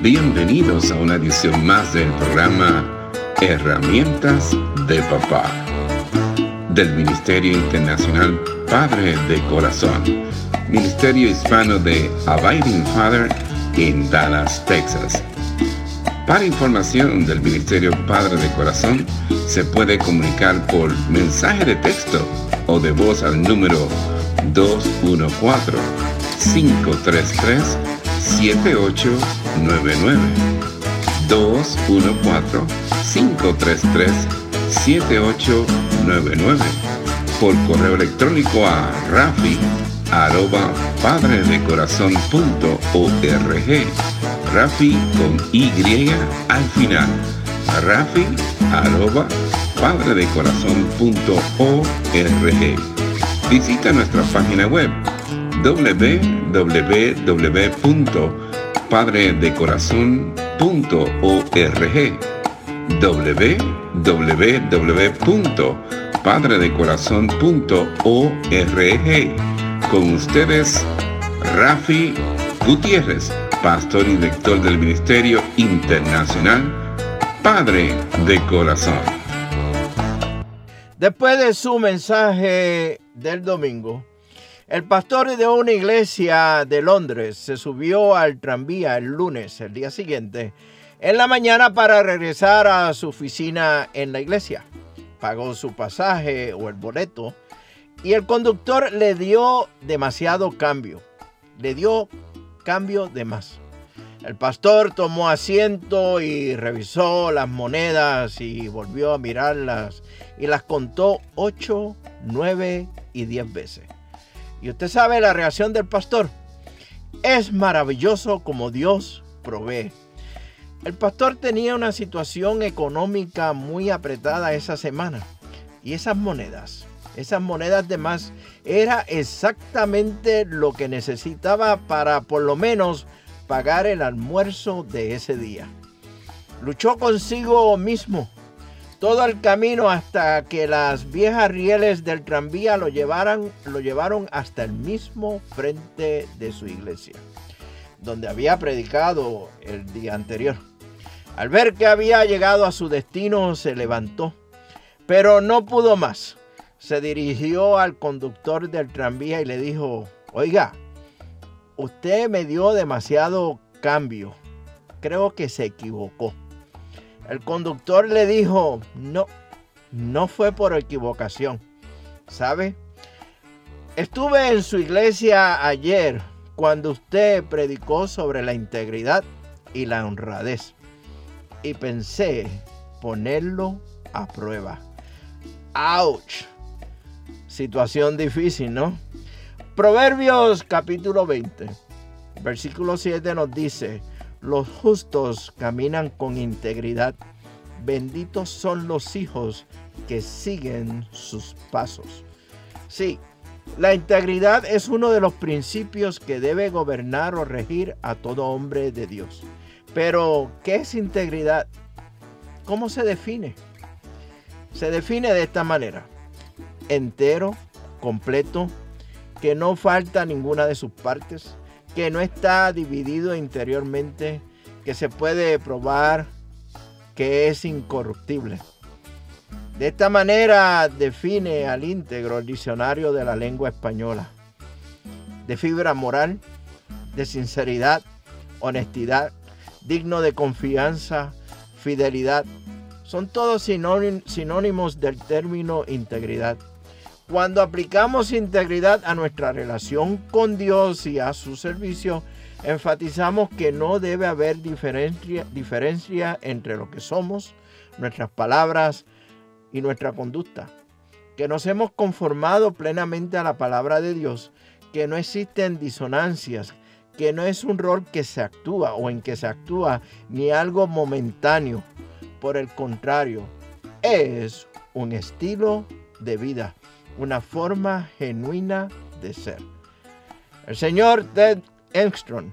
Bienvenidos a una edición más del programa Herramientas de Papá del Ministerio Internacional Padre de Corazón, Ministerio Hispano de Abiding Father en Dallas, Texas. Para información del Ministerio Padre de Corazón, se puede comunicar por mensaje de texto o de voz al número 214-533-7899. 214-533-7899. Por correo electrónico a rafi@padredecorazon.org. Rafi con Y al final. rafi@padredecorazon.org. Visita nuestra página web www.padredecorazon.org. www.padredecorazon.org. Con ustedes, Rafi Gutiérrez, pastor y director del Ministerio Internacional Padre de Corazón. Después de su mensaje del domingo, el pastor de una iglesia de Londres se subió al tranvía el lunes, el día siguiente, en la mañana para regresar a su oficina en la iglesia. Pagó su pasaje o el boleto y el conductor le dio demasiado cambio. Le dio cambio de más. El pastor tomó asiento y revisó las monedas y volvió a mirarlas y las contó 8, 9 y 10 veces. Y usted sabe la reacción del pastor. Es maravilloso como Dios provee. El pastor tenía una situación económica muy apretada esa semana. Y esas monedas de más, era exactamente lo que necesitaba para por lo menos pagar el almuerzo de ese día. Luchó consigo mismo todo el camino hasta que las viejas rieles del tranvía lo llevaron hasta el mismo frente de su iglesia, donde había predicado el día anterior. Al ver que había llegado a su destino, se levantó, pero no pudo más. Se dirigió al conductor del tranvía y le dijo: oiga, usted me dio demasiado cambio. Creo que se equivocó. El conductor le dijo: no fue por equivocación. ¿Sabe? Estuve en su iglesia ayer cuando usted predicó sobre la integridad y la honradez. Y pensé ponerlo a prueba. ¡Auch! Situación difícil, ¿no? Proverbios capítulo 20, versículo 7 nos dice: los justos caminan con integridad. Benditos son los hijos que siguen sus pasos. Sí, la integridad es uno de los principios que debe gobernar o regir a todo hombre de Dios. Pero, ¿qué es integridad? ¿Cómo se define? Se define de esta manera: entero, completo, que no falta ninguna de sus partes, que no está dividido interiormente, que se puede probar, que es incorruptible. De esta manera define al íntegro el diccionario de la lengua española. De fibra moral, de sinceridad, honestidad, digno de confianza, fidelidad. Son todos sinónimos del término integridad. Cuando aplicamos integridad a nuestra relación con Dios y a su servicio, enfatizamos que no debe haber diferencia entre lo que somos, nuestras palabras y nuestra conducta. Que nos hemos conformado plenamente a la palabra de Dios, que no existen disonancias, que no es un rol que se actúa o en que se actúa ni algo momentáneo. Por el contrario, es un estilo de vida, una forma genuina de ser. El señor Ted Engstrom,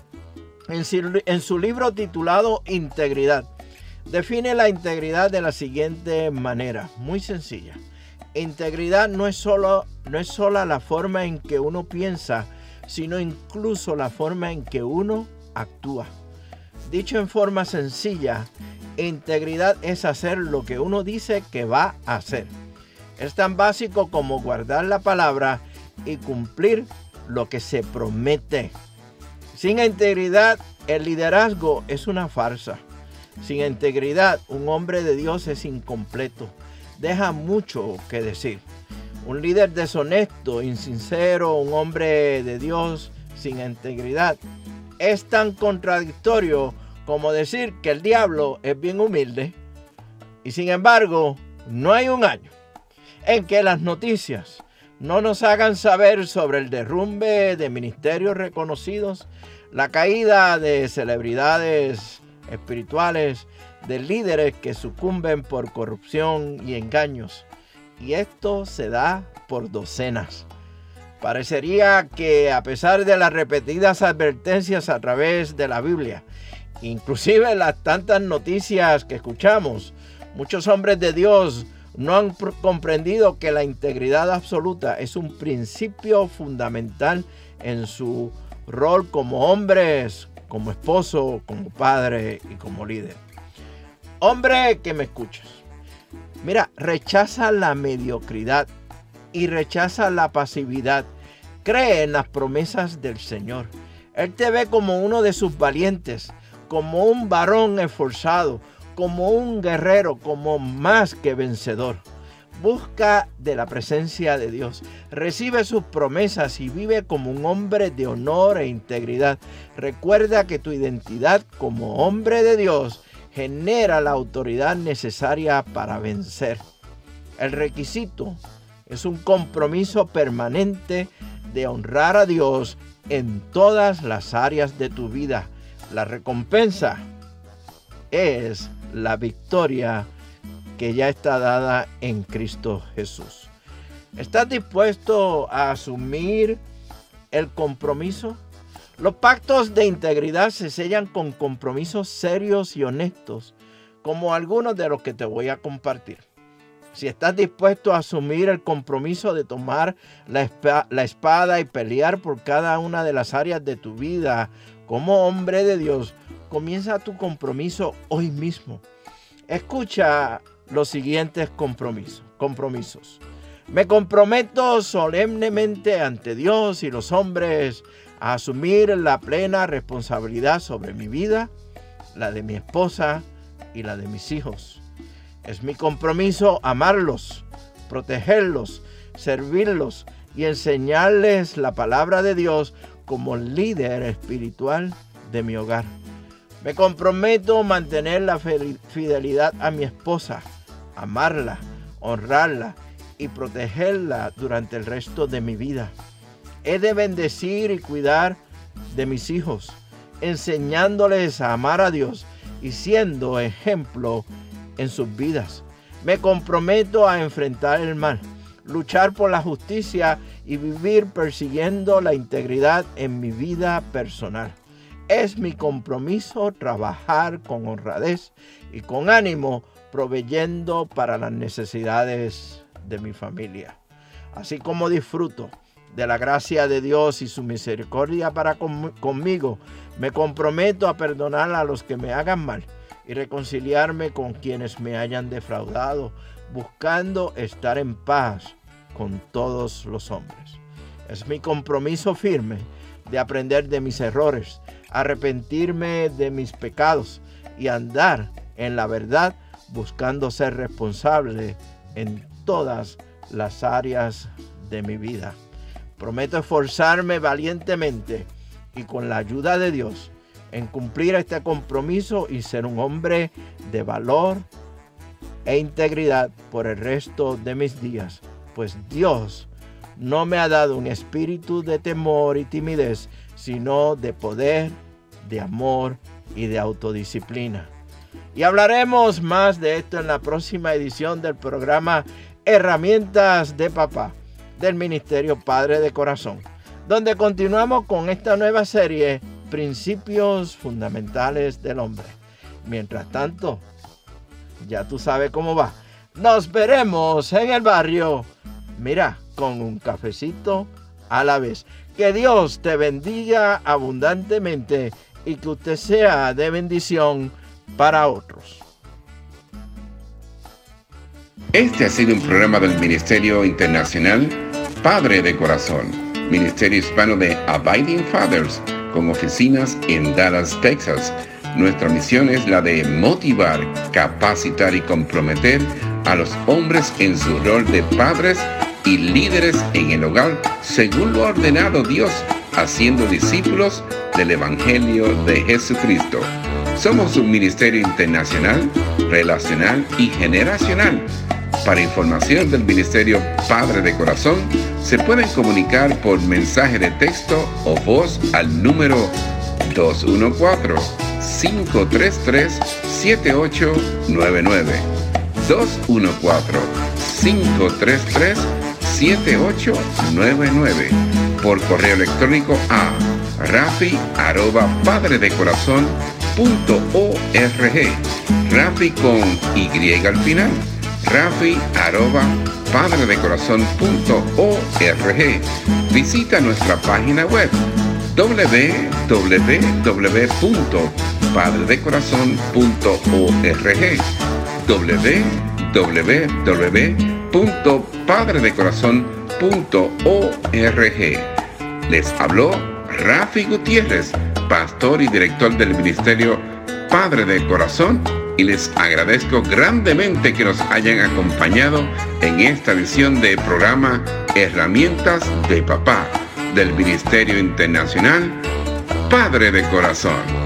en su libro titulado Integridad, define la integridad de la siguiente manera, muy sencilla. Integridad no es sola la forma en que uno piensa, sino incluso la forma en que uno actúa. Dicho en forma sencilla, integridad es hacer lo que uno dice que va a hacer. Es tan básico como guardar la palabra y cumplir lo que se promete. Sin integridad, el liderazgo es una farsa. Sin integridad, un hombre de Dios es incompleto. Deja mucho que decir. Un líder deshonesto, insincero, un hombre de Dios sin integridad, es tan contradictorio como decir que el diablo es bien humilde. Y sin embargo, no hay un año en que las noticias no nos hagan saber sobre el derrumbe de ministerios reconocidos, la caída de celebridades espirituales, de líderes que sucumben por corrupción y engaños. Y esto se da por docenas. Parecería que a pesar de las repetidas advertencias a través de la Biblia, inclusive las tantas noticias que escuchamos, muchos hombres de Dios no han comprendido que la integridad absoluta es un principio fundamental en su rol como hombres, como esposo, como padre y como líder. Hombre que me escuchas, mira, rechaza la mediocridad y rechaza la pasividad. Cree en las promesas del Señor. Él te ve como uno de sus valientes, como un varón esforzado, como un guerrero, como más que vencedor. Busca de la presencia de Dios, recibe sus promesas y vive como un hombre de honor e integridad. Recuerda que tu identidad como hombre de Dios genera la autoridad necesaria para vencer. El requisito es un compromiso permanente de honrar a Dios en todas las áreas de tu vida. La recompensa es la victoria que ya está dada en Cristo Jesús. ¿Estás dispuesto a asumir el compromiso? Los pactos de integridad se sellan con compromisos serios y honestos, como algunos de los que te voy a compartir. Si estás dispuesto a asumir el compromiso de tomar la espada y pelear por cada una de las áreas de tu vida como hombre de Dios, comienza tu compromiso hoy mismo. Escucha los siguientes compromisos. Me comprometo solemnemente ante Dios y los hombres a asumir la plena responsabilidad sobre mi vida, la de mi esposa y la de mis hijos. Es mi compromiso amarlos, protegerlos, servirlos y enseñarles la palabra de Dios como líder espiritual de mi hogar. Me comprometo a mantener la fidelidad a mi esposa, amarla, honrarla y protegerla durante el resto de mi vida. He de bendecir y cuidar de mis hijos, enseñándoles a amar a Dios y siendo ejemplo en sus vidas. Me comprometo a enfrentar el mal, luchar por la justicia y vivir persiguiendo la integridad en mi vida personal. Es mi compromiso trabajar con honradez y con ánimo, proveyendo para las necesidades de mi familia. Así como disfruto de la gracia de Dios y su misericordia para conmigo, me comprometo a perdonar a los que me hagan mal y reconciliarme con quienes me hayan defraudado, buscando estar en paz con todos los hombres. Es mi compromiso firme de aprender de mis errores, arrepentirme de mis pecados y andar en la verdad, buscando ser responsable en todas las áreas de mi vida. Prometo esforzarme valientemente y con la ayuda de Dios en cumplir este compromiso y ser un hombre de valor e integridad por el resto de mis días, pues Dios no me ha dado un espíritu de temor y timidez, sino de poder, de amor y de autodisciplina. Y hablaremos más de esto en la próxima edición del programa Herramientas de Papá del Ministerio Padre de Corazón, donde continuamos con esta nueva serie, Principios Fundamentales del Hombre. Mientras tanto, ya tú sabes cómo va. Nos veremos en el barrio, mira, con un cafecito a la vez. Que Dios te bendiga abundantemente y que usted sea de bendición para otros. Este ha sido un programa del Ministerio Internacional Padre de Corazón, Ministerio Hispano de Abiding Fathers, con oficinas en Dallas, Texas. Nuestra misión es la de motivar, capacitar y comprometer a los hombres en su rol de padres y líderes en el hogar, según lo ha ordenado Dios, haciendo discípulos del Evangelio de Jesucristo. Somos un ministerio internacional, relacional y generacional. Para información del Ministerio Padre de Corazón, se pueden comunicar por mensaje de texto o voz al número 214-533-7899. 214-533-7899. Por correo electrónico a rafi@padredecorazon.org. Rafi con Y al final. rafi@padredecorazon.org. Visita nuestra página web www.padredecorazon.org. www.padredecorazon.org. Les habló Rafi Gutiérrez, pastor y director del Ministerio Padre de Corazón, y les agradezco grandemente que nos hayan acompañado en esta edición del programa Herramientas de Papá del Ministerio Internacional Padre de Corazón.